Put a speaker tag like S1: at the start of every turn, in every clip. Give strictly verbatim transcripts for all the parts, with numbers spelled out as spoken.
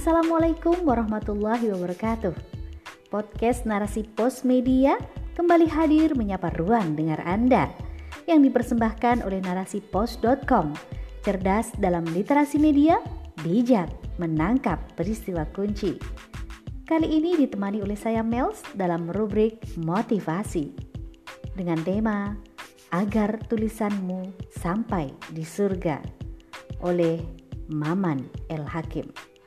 S1: Assalamualaikum warahmatullahi wabarakatuh. Podcast Narasi Pos Media kembali hadir menyapa ruang dengar Anda yang dipersembahkan oleh narasi pos dot com. Cerdas dalam literasi media, bijak menangkap peristiwa kunci. Kali ini ditemani oleh saya Mels dalam rubrik motivasi dengan tema Agar Tulisanmu Sampai di Surga oleh Maman El Hakim.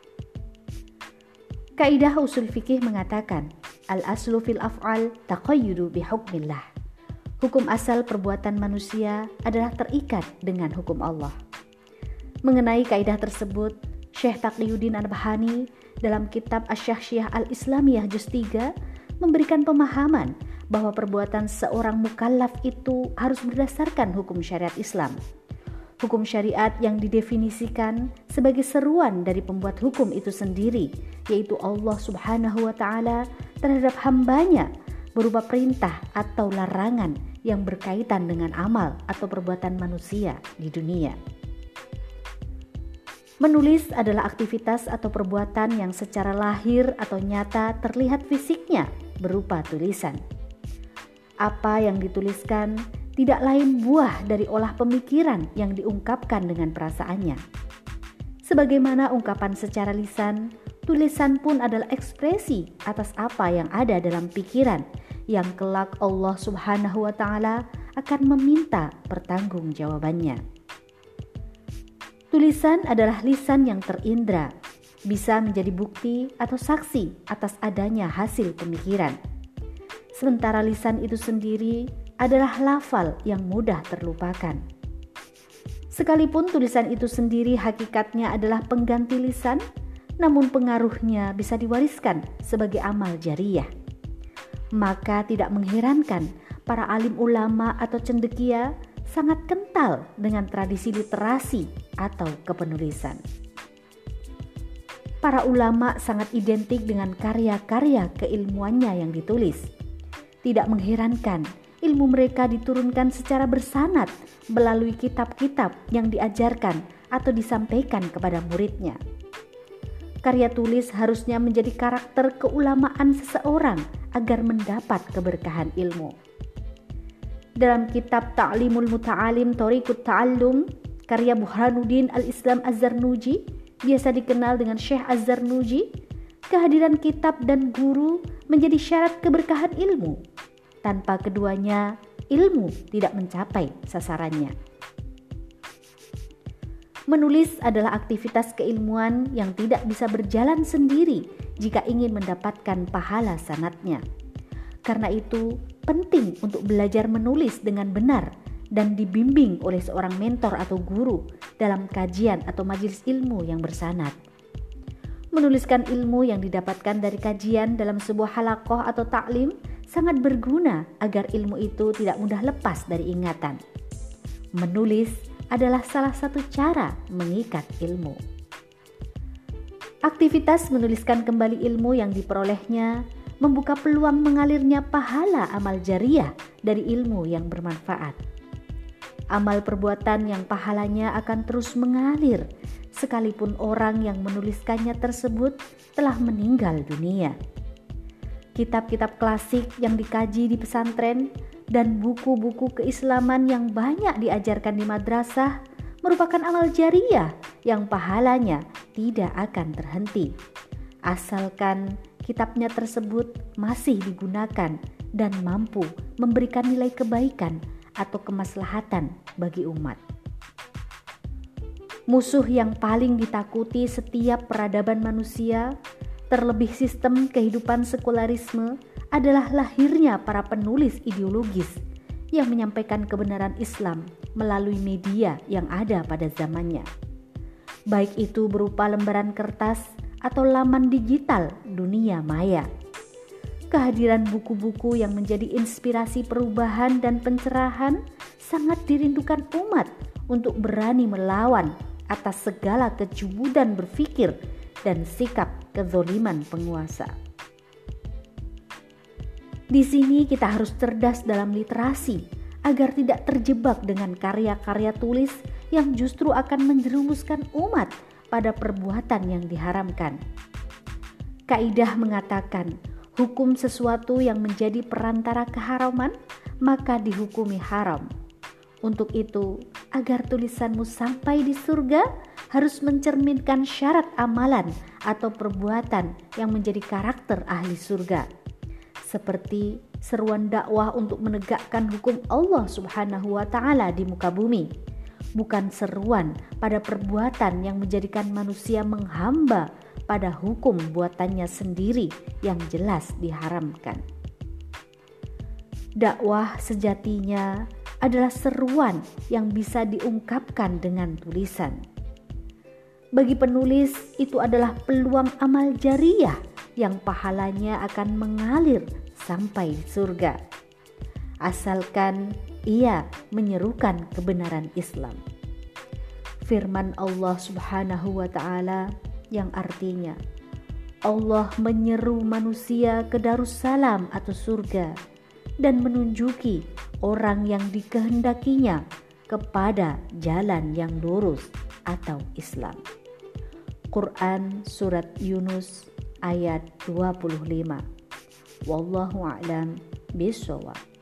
S1: Kaidah usul fikih mengatakan, al-aslu fil af'al taqayyudu bihukmillah. Hukum asal perbuatan manusia adalah terikat dengan hukum Allah. Mengenai kaidah tersebut, Syekh Taqiyuddin An-Nabhani dalam kitab Asy-Syakhsyiah Al-Islamiyah Juz tiga memberikan pemahaman bahwa perbuatan seorang mukallaf itu harus berdasarkan hukum syariat Islam. Hukum syariat yang didefinisikan sebagai seruan dari pembuat hukum itu sendiri, yaitu Allah Subhanahu wa Ta'ala terhadap hambanya berupa perintah atau larangan yang berkaitan dengan amal atau perbuatan manusia di dunia. Menulis adalah aktivitas atau perbuatan yang secara lahir atau nyata terlihat fisiknya berupa tulisan. Apa yang dituliskan tidak lain buah dari olah pemikiran yang diungkapkan dengan perasaannya. Sebagaimana ungkapan secara lisan, tulisan pun adalah ekspresi atas apa yang ada dalam pikiran yang kelak Allah Subhanahu wa Ta'ala akan meminta pertanggungjawabannya. Tulisan adalah lisan yang terindra, bisa menjadi bukti atau saksi atas adanya hasil pemikiran. Sementara lisan itu sendiri adalah lafal yang mudah terlupakan. Sekalipun tulisan itu sendiri hakikatnya adalah pengganti lisan, namun pengaruhnya bisa diwariskan sebagai amal jariyah. Maka tidak mengherankan para alim ulama atau cendekia sangat kental dengan tradisi literasi atau kepenulisan. Para ulama sangat identik dengan karya-karya keilmuannya yang ditulis. Tidak mengherankan ilmu mereka diturunkan secara bersanad melalui kitab-kitab yang diajarkan atau disampaikan kepada muridnya. Karya tulis harusnya menjadi karakter keulamaan seseorang agar mendapat keberkahan ilmu. Dalam kitab Ta'limul Muta'alim Thariqut Ta'allum, karya Burhanuddin Al-Islam Az-Zarnuji, biasa dikenal dengan Syekh Az-Zarnuji, kehadiran kitab dan guru menjadi syarat keberkahan ilmu. Tanpa keduanya, ilmu tidak mencapai sasarannya. Menulis adalah aktivitas keilmuan yang tidak bisa berjalan sendiri jika ingin mendapatkan pahala sanadnya. Karena itu, penting untuk belajar menulis dengan benar dan dibimbing oleh seorang mentor atau guru dalam kajian atau majelis ilmu yang bersanad. Menuliskan ilmu yang didapatkan dari kajian dalam sebuah halaqah atau taklim sangat berguna agar ilmu itu tidak mudah lepas dari ingatan. Menulis adalah salah satu cara mengikat ilmu. Aktivitas menuliskan kembali ilmu yang diperolehnya membuka peluang mengalirnya pahala amal jariyah dari ilmu yang bermanfaat. Amal perbuatan yang pahalanya akan terus mengalir sekalipun orang yang menuliskannya tersebut telah meninggal dunia. Kitab-kitab klasik yang dikaji di pesantren dan buku-buku keislaman yang banyak diajarkan di madrasah merupakan amal jariyah yang pahalanya tidak akan terhenti, asalkan kitabnya tersebut masih digunakan dan mampu memberikan nilai kebaikan atau kemaslahatan bagi umat. Musuh yang paling ditakuti setiap peradaban manusia, terlebih sistem kehidupan sekularisme, adalah lahirnya para penulis ideologis yang menyampaikan kebenaran Islam melalui media yang ada pada zamannya. Baik itu berupa lembaran kertas atau laman digital dunia maya. Kehadiran buku-buku yang menjadi inspirasi perubahan dan pencerahan sangat dirindukan umat untuk berani melawan atas segala kejubudan berpikir dan sikap kezoliman penguasa. Di sini kita harus cerdas dalam literasi agar tidak terjebak dengan karya-karya tulis yang justru akan menjerumuskan umat pada perbuatan yang diharamkan. Kaidah mengatakan, hukum sesuatu yang menjadi perantara keharaman, maka dihukumi haram. Untuk itu, agar tulisanmu sampai di surga, harus mencerminkan syarat amalan atau perbuatan yang menjadi karakter ahli surga. Seperti seruan dakwah untuk menegakkan hukum Allah Subhanahu wa Ta'ala di muka bumi, bukan seruan pada perbuatan yang menjadikan manusia menghamba pada hukum buatannya sendiri yang jelas diharamkan. Dakwah sejatinya adalah seruan yang bisa diungkapkan dengan tulisan. Bagi penulis, itu adalah peluang amal jariyah yang pahalanya akan mengalir sampai surga, asalkan ia menyerukan kebenaran Islam. Firman Allah Subhanahu wa Ta'ala yang artinya, Allah menyeru manusia ke Darussalam atau surga dan menunjuki orang yang dikehendakinya kepada jalan yang lurus atau Islam. Quran Surat Yunus ayat dua puluh lima. Wallahu a'lam bishawab.